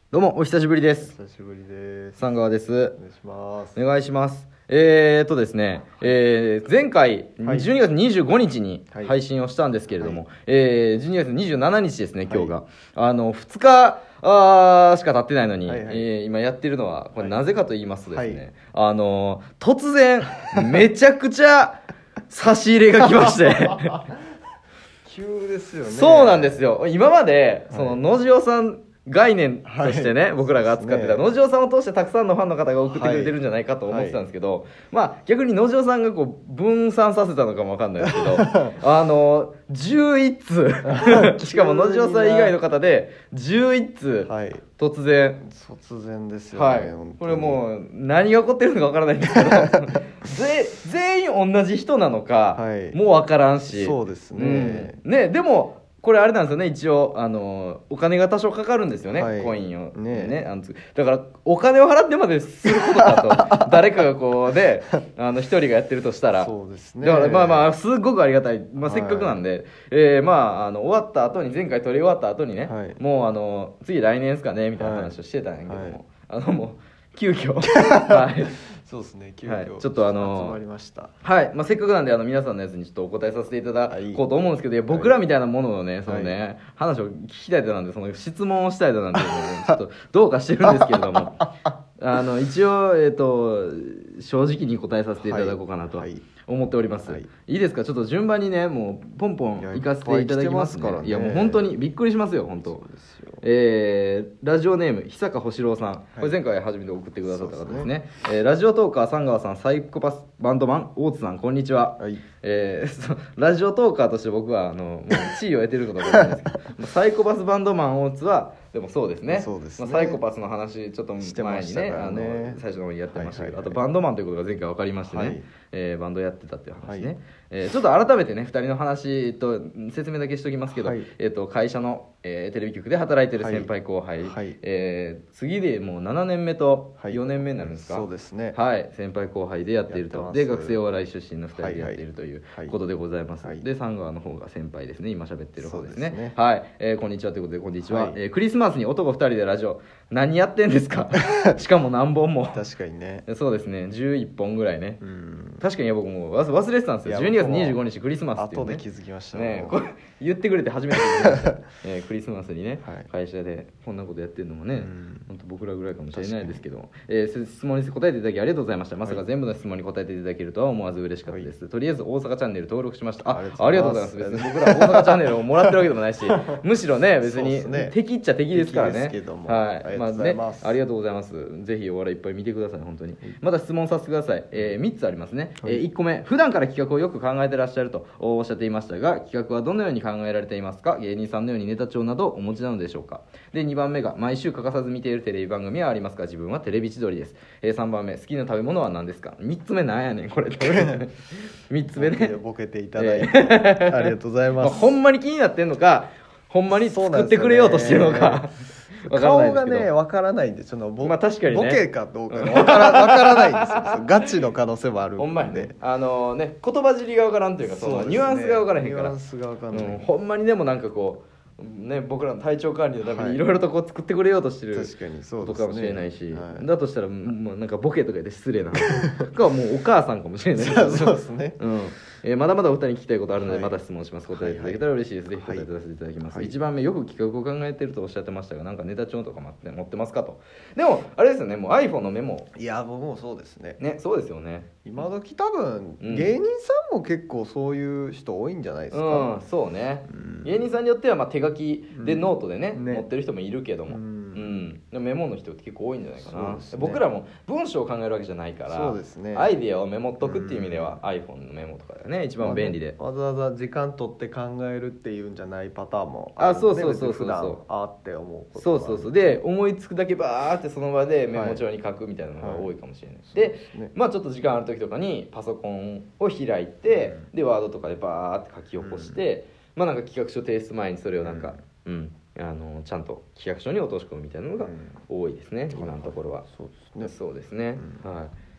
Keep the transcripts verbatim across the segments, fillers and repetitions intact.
どうもお久しぶりです。 久しぶりです。 三川です。 お願いします。 お願いします。えーっとですね、えー、前回じゅうにがつにじゅうごにちに配信をしたんですけれども、はい、えー、じゅうにがつにじゅうしちにちですね、今日が、はい、あのふつかあしか経ってないのに、はいはい、えー、今やってるのはこれなぜかと言いますとですね、はい、あの突然めちゃくちゃ差し入れが来まして急ですよね。 そうなんですよ。今までその野次郎さん概念としてね、はい、僕らが扱ってた、ね、野次郎さんを通してたくさんのファンの方が送ってくれてるんじゃないかと思ってたんですけど、はいはい、まあ逆に野次郎さんがこう分散させたのかもわかんないですけどあのじゅういちつうしかも野次郎さん以外の方でじゅういちつう、はい、突然突然ですよね、 はい、これもう何が起こってるのかわからないんですけど全員同じ人なのか、はい、もうわからんし、 そうですね、 うん、ねでもこれあれなんですよね、一応あのお金が多少かかるんですよね、はい、コインをね、ねあのだからお金を払ってまですることだと誰かがこうであの一人がやってるとしたら、 そうですね、 だからまあまあすっごくありがたい、まあ、せっかくなんで、はい、えー、まああの終わった後に前回撮り終わった後にね、はい、もうあの次来年ですかねみたいな話をしてたんやけども、はい、あのもう急遽はいそうですね、急遽、 はい、ちょっとあのー、 集まりました。 はい、まあ、せっかくなんであの皆さんのやつにちょっとお答えさせていただこうと思うんですけど、いや僕らみたいなもののね、そのね、はい、話を聞きたいとなんで、その質問をしたいとなんていうのを、ね、ちょっとどうかしてるんですけれどもあの一応、えーと、正直に答えさせていただこうかなと思っております、はいはい、いいですか。ちょっと順番にねもうポンポン行かせていただきますね。いや、いやもう本当にびっくりしますよ本当。そうですよ。えー、ラジオネーム久坂星郎さん、これ前回初めて送ってくださった方ですね。ですね、えー、ラジオトーカー三川さん、サイコパスバンドマン大津さん、こんにちは、はい。えー、ラジオトーカーとして僕はあのもう地位を得てることだと思うんですけどサイコパスバンドマン大津はでもそうですね、そうですね、まあ、サイコパスの話ちょっと前に ね, ねあの最初の方にやってましたけど、はいはいはい、あとバンドマンということが前回分かりましてね、はい、えー、バンドやってたっていう話ね、はい、えー、ちょっと改めてねふたりの話と説明だけしておきますけど、はい、えー、と会社の、えー、テレビ局で働いてる先輩後輩、はい、えー、次でもうななねんめとよねんめになるんですか、はい、そうですね、はい、先輩後輩でやっていると、で学生お笑い出身のふたりでやっているということでございます、はいはい、で三川の方が先輩ですね、今喋ってる方ですね、ですね、はい、えー、こんにちはということでこんにちは、はい、えー、クリスマスに男ふたりでラジオ何やってんですかしかも何本も確かにね、 そうですね、じゅういっぽんぐらいね、うん、確かに僕も忘れてたんですよ。じゅうにがつにじゅうごにちクリスマスっていうね、 後で気づきましたね、これ言ってくれて初めて気づきました、えー、クリスマスにね、はい、会社でこんなことやってるのもね、本当僕らぐらいかもしれないですけど、えー、質問に答えていただきありがとうございました。まさか全部の質問に答えていただけるとは思わず嬉しかったです、はい、とりあえず大阪チャンネル登録しました。 あ, ありがとうございます。別に僕ら大阪チャンネルをもらってるわけでもないしむしろね別に敵っちゃ敵ですからね、はい、まあね、ありがとうございます。ぜひお笑いいっぱい見てください本当に。また質問させてください、えー、みっつありますね、はい、えー、いっこめ、普段から企画をよく考えてらっしゃるとおっしゃっていましたが、企画はどのように考えられていますか。芸人さんのようにネタ帳などお持ちなのでしょうか。でにばんめが、毎週欠かさず見ているテレビ番組はありますか。自分はテレビ千鳥です、えー、さんばんめ、好きな食べ物は何ですか。みっつめなんやねんこれみっつめね、 ボケていただいて、えー、ありがとうございます、まあ、 ほんまに気になってんのかほんまに作ってくれようとしてるのか顔がね分からないんで、そのボ、 まあ確かにね、 ボケかどうか分から分からないんですよガチの可能性もあるんで、 ほんまにね、あのね、言葉尻が分からんというか、そのニュアンスが分からへんから、ニュアンスが分からない、うん、ほんまにでもなんかこうね、僕らの体調管理のためにいろいろとこう作ってくれようとしてることかもしれないし、はい、だとしたらもうなんかボケとか言って失礼なかもうお母さんかもしれないそうですね、うん、 えー、まだまだお二人に聞きたいことあるのでまた質問します。答えていただけたら嬉しいです。ぜひ答えさせていただきます、はい、いちばんめ、よく企画を考えてるとおっしゃってましたが、なんかネタ帳とか持ってますかと。でもあれですよね、もう iPhone のメモ、 いや僕もそうですね、 ね、そうですよね、 今時多分、うん、芸人さんも結構そういう人多いんじゃないですか、 うん、そうね、うん、芸人さんによってはまあ手書きでノートでね、うん、ね、持ってる人もいるけども、うん、うん、メモの人って結構多いんじゃないかな、ね、僕らも文章を考えるわけじゃないから、そうですね、アイディアをメモっとくっていう意味では、うん、iPhone のメモとかがね一番便利で、 わざわざ時間取って考えるっていうんじゃないパターンもあるんで、あ、そうそうそうそう、 普段あって思うことそうそうそう、で思いつくだけバーってその場でメモ帳に書くみたいなのが多いかもしれない、はい、で、でね、まあちょっと時間ある時とかにパソコンを開いて、うん、でワードとかでバーって書き起こして、うん、まあなんか企画書提出前にそれをなんか、うん、うん、あのちゃんと企画書に落とし込むみたいなのが多いですね、うん、今のところは。そうですね、そうですね、うん、はい。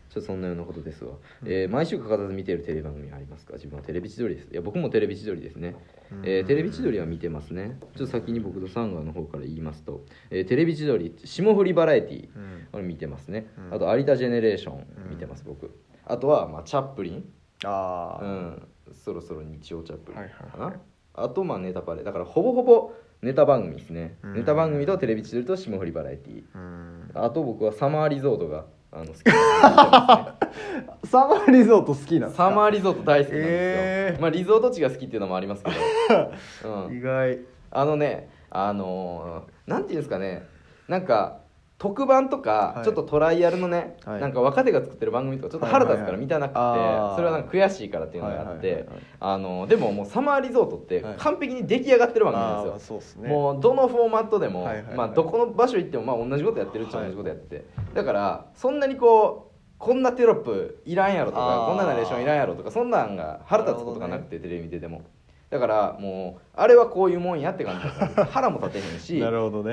ちょっとそんなようなことですわ、うんえー、毎週欠かさず見ているテレビ番組ありますか？自分はテレビ千鳥です。いや僕もテレビ千鳥ですね、えー、テレビ千鳥は見てますね。ちょっと先に僕とサンガの方から言いますと、えー、テレビ千鳥霜降りバラエティー、うん、これ見てますね、うん、あと有田ジェネレーション見てます僕。あとは、まあ、チャップリンあ、うん、そろそろ日曜チャップリンかな、はいはいはい、あとまあネタバレだからほぼほぼネタ番組ですね、うん、ネタ番組とテレビ千鳥と霜降りバラエティー、うん、あと僕はサマーリゾートがあの好きなんです、ね、 サマーリゾート好きなんですか？ サマーリゾート大好きなんですよ、えーまあ、リゾート地が好きっていうのもありますけど、うん、 意外。 あのねあのー、なんていうんですかね、なんか特番とかちょっとトライアルのね、はい、なんか若手が作ってる番組とかちょっと腹立つから見たなくて、はいはいはい、それはなんか悔しいからっていうのがあって、はいはいはいはい、あのでももうサマーリゾートって完璧に出来上がってる番組なんですよ、はい、そうですね、もうどのフォーマットでも、はいはいはい、まあ、どこの場所行ってもまあ同じことやってるっちゃ同じことやってて、はい、だからそんなにこうこんなテロップいらんやろとかこんなナレーションいらんやろとかそんなんが腹立つことがなくて、ね、テレビ見ててもだからもうあれはこういうもんやって感じだ腹も立てへんしなるほどね、 うん、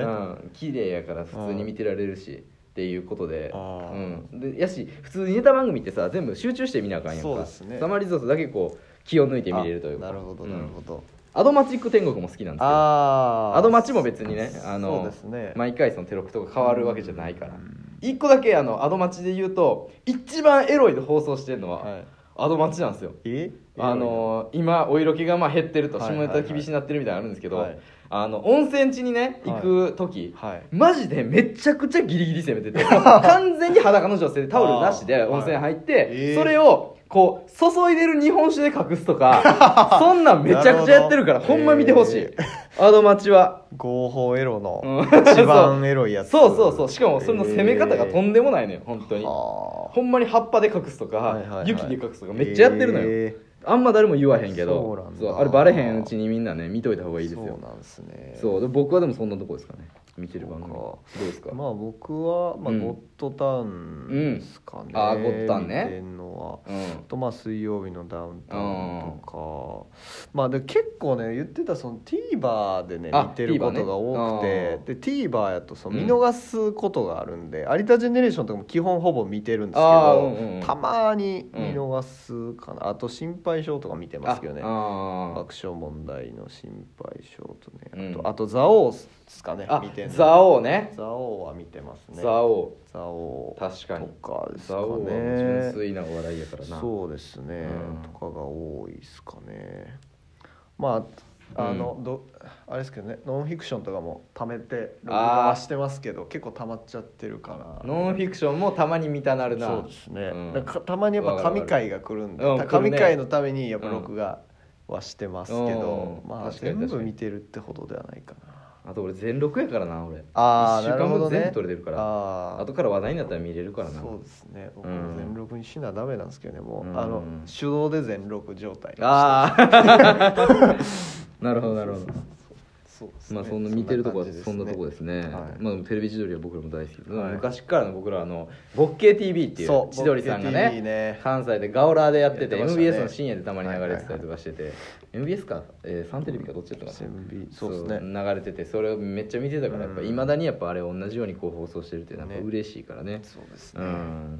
綺麗やから普通に見てられるしっていうことで、うん、でやし普通にネタ番組ってさ全部集中して見なあかんやんか。そうですね、サマーリゾートだけこう気を抜いて見れるというか。なるほどなるほど、うん、アドマチック天国も好きなんですけど、あアドマチも別にねあのそうですね、毎回そのテロップとか変わるわけじゃないから、一個だけあのアドマチで言うと一番エロいで放送してるのは、はい、アドマチなんですよ。えあの今お色気がまあ減ってると下ネタ厳しになってるみたいなのあるんですけど、はいはいはい、あの温泉地にね行く時、はいはい、マジでめちゃくちゃギリギリ攻めてて完全に裸の女性でタオルなしで温泉入って、はいえー、それをこう注いでる日本酒で隠すとかそんなんめちゃくちゃやってるからほんま見てほしい、えー、アドマチは合法エロの一番エロいやつそうそうそうしかもそれの攻め方がとんでもないのよ本当に、えー、ほんまに葉っぱで隠すとか、はいはいはい、雪で隠すとかめっちゃやってるのよ、えーあんま誰も言わへんけどそうなんだ、そうあれバレへんうちにみんなね見といた方がいいですよ。そうなんですね。そうで僕はでもそんなとこですかね見てる番組どうですか？ まあ僕は、まあ、ゴッドタウンですかね、うん、 ああゴッドタウンね見てんのは、うん、とまあ水曜日のダウンタウンとか、まあで結構ね言ってたその TVer でね見てることが多くて、ね、で TVer やとその見逃すことがあるんで、うん、有田ジェネレーションとかも基本ほぼ見てるんですけど、うんうん、たまに見逃すかな、あと心配性とか見てますけどね、爆笑問題の心配性とね、あと、うん、あとザオですかね見てるザオねザオは見てますね。 ザオザオ確かにとかですかね。 ザオは純粋なお笑いやからな。 そうですね、うん、とかが多いですかね。まああの、うん、どあれですけどねノンフィクションとかも貯めて録画はしてますけど結構溜まっちゃってるからノンフィクションもたまに見たなるな。 そうですね、うん、かたまにやっぱ神回が来るんで、うん、神回のためにやっぱ録画はしてますけど、うん、まあ全部見てるってほどではないかな。 あと俺全録やからな俺あいっしゅうかんぶん全部撮れてるから、あ後から話題になったら見れるからな。 そうですね僕も全録にしなダメなんですけどね、もう、うん、あの手動で全録状態ああなるほどなるほど。 そうですね、 まあその見てるとこはそんなとこですね、はい、まあテレビ千鳥は僕らも大好きで、はい、昔からの僕らあのボッケー ティービー っていう千鳥さんが ね, ね関西でガオラーでやってて、ね、エムビーエス の深夜でたまに流れてたりとかしてて、はいはいはい、エムビーエス か、えー、サンテレビかどっちだったかな、そうですね流れててそれをめっちゃ見てたからやっぱいまだにやっぱあれ同じようにこう放送してるってやっぱ嬉しいからね。 そうですね、 うん、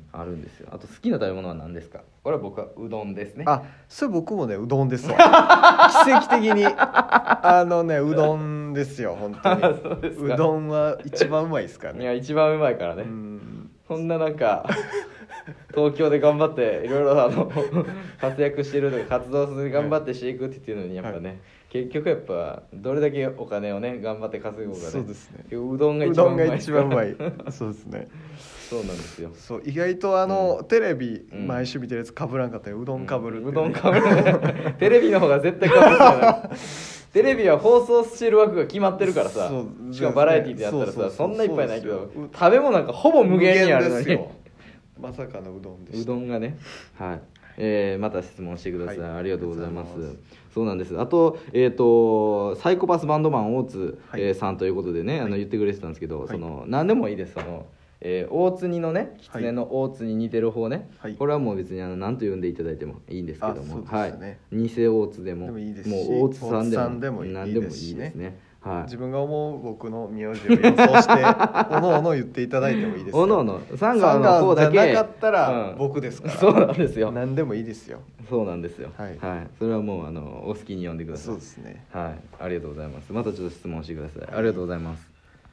あるんですよ。あと好きな食べ物は何ですか？これは僕はうどんですね。 あそれ僕もねうどんですわ奇跡的にあのねうどんですよ本当にそうですか。うどんは一番うまいですからね。 いや一番うまいからね。うんそんななんか東京で頑張っていろいろあの活躍してるとか活動する頑張ってしていくって言ってるのにやっぱね、はい、結局やっぱどれだけお金をね頑張って稼ぐかね。 そうですね。 うどんが一番うまい。 うどんが一番うまい。そうですね。 そうなんですよ。 そう意外とあの、うん、テレビ毎週見てるやつ被らんかったよ。うどん被る、ねうん、うどん被るテレビの方が絶対被るからテレビは放送してる枠が決まってるからさ、しかもバラエティでやったらさそんないっぱいないけど食べ物なんかほぼ無限にあるのにまさかのうどんでした。 うどんがねはい、えー、また質問してください、はい、ありがとうございます。そうなんです。あと、えーと、サイコパスバンドマン大津、はいえー、さんということでね、はい、あの言ってくれてたんですけど、はい、その何でもいいですそのえー、大津煮のね狐の大津に似てる方ね、はい、これはもう別にあの何と呼んでいただいてもいいんですけども、ね、はい、偽大津でもでもいいですしもう大津さんでも何でもいいですね。 はい、 自分が思う僕の名字を予想しておのおの言っていただいてもいいですよ。 おのおのサンガの方だけじゃなかったら僕ですから、 うん、そうなんですよ。 何でもいいですよ。 そうなんですよ。 はい、 はい、それはもうあのお好きに呼んでください。 そうですね。 はい、ありがとうございます。またちょっと質問してください。ありがとうございます。